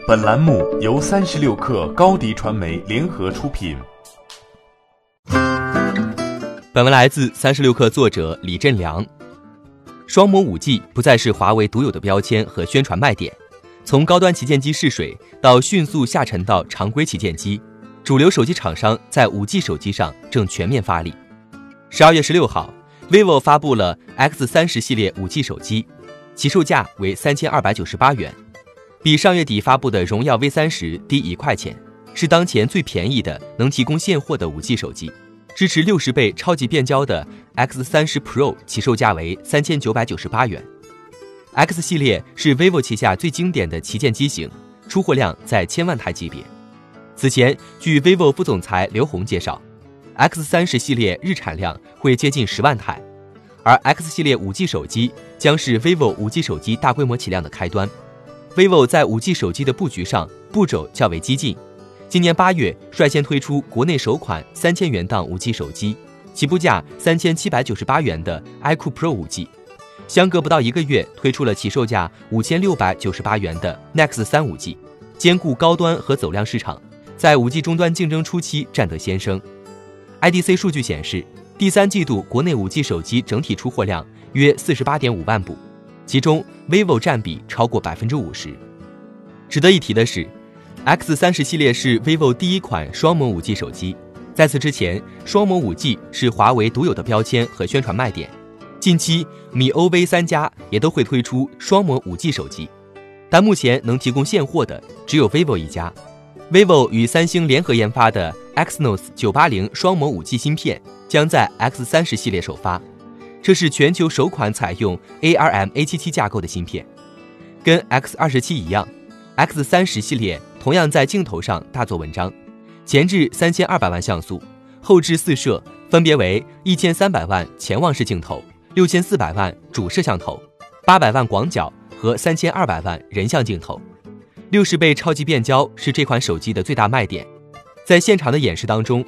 本栏目由36氪高迪传媒联合出品。 本文来自36氪作者李振良。双模 5G 不再是华为独有的标签和宣传卖点，从高端旗舰机试水到迅速下沉到常规旗舰机，主流手机厂商在 5G 手机上正全面发力。12月16号 vivo 发布了 X30 系列 5G 手机，起售价为3298元，比上月底发布的荣耀 V30 低1块钱，是当前最便宜的能提供现货的 5G 手机。支持60倍超级变焦的 X30 Pro 起售价为3998元。X 系列是 vivo 旗下最经典的旗舰机型，出货量在千万台级别。此前，据 vivo 副总裁刘宏介绍， X30 系列日产量会接近10万台，而 X 系列 5G 手机将是 vivo 5G 手机大规模起量的开端。vivo 在 5G 手机的布局上步骤较为激进，今年8月率先推出国内首款3000元档 5G 手机，起步价3798元的 iQOO Pro 5G， 相隔不到1个月推出了起售价5698元的 Nex 3 5G， 兼顾高端和走量市场，在 5G 终端竞争初期占得先声。 IDC 数据显示，第3季度国内 5G 手机整体出货量约 48.5万部，其中 vivo 占比超过 50%。 值得一提的是， X30 系列是 vivo 第一款双模 5G 手机，在此之前，双模 5G 是华为独有的标签和宣传卖点。近期米欧 V3 加也都会推出双模 5G 手机，但目前能提供现货的只有 vivo 一家。vivo 与三星联合研发的 Exynos 980双模 5G 芯片将在 X30 系列首发，这是全球首款采用 ARM A77 架构的芯片。跟 X27 一样， X30 系列同样在镜头上大做文章，前置3200万像素，后置4摄分别为1300万潜望式镜头、6400万主摄像头、800万广角和3200万人像镜头。60倍超级变焦是这款手机的最大卖点。在现场的演示当中，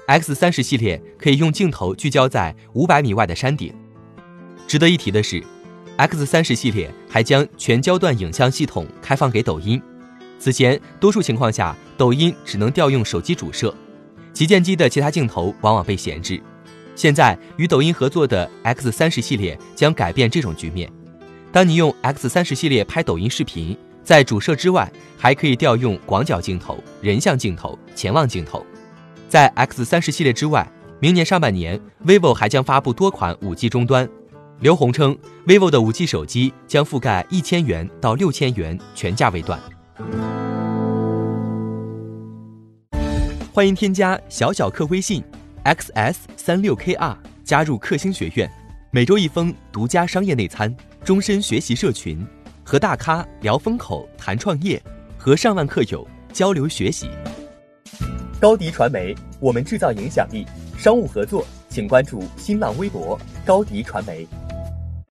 X30 系列可以用镜头聚焦在500米外的山顶。值得一提的是， X30 系列还将全焦段影像系统开放给抖音。此前多数情况下，抖音只能调用手机主摄，旗舰机的其他镜头往往被闲置。现在与抖音合作的 X30 系列将改变这种局面。当你用 X30 系列拍抖音视频，在主摄之外还可以调用广角镜头、人像镜头、潜望镜头。在 X30 系列之外，明年上半年 vivo 还将发布多款 5G 终端。刘宏称 vivo 的 5G 手机将覆盖1000元到6000元全价位段。欢迎添加小客微信 XS36KR 加入克星学院，每周1封独家商业内参，终身学习社群，和大咖聊风口谈创业，和上万客友交流学习。高迪传媒，我们制造影响力。商务合作请关注新浪微博高迪传媒。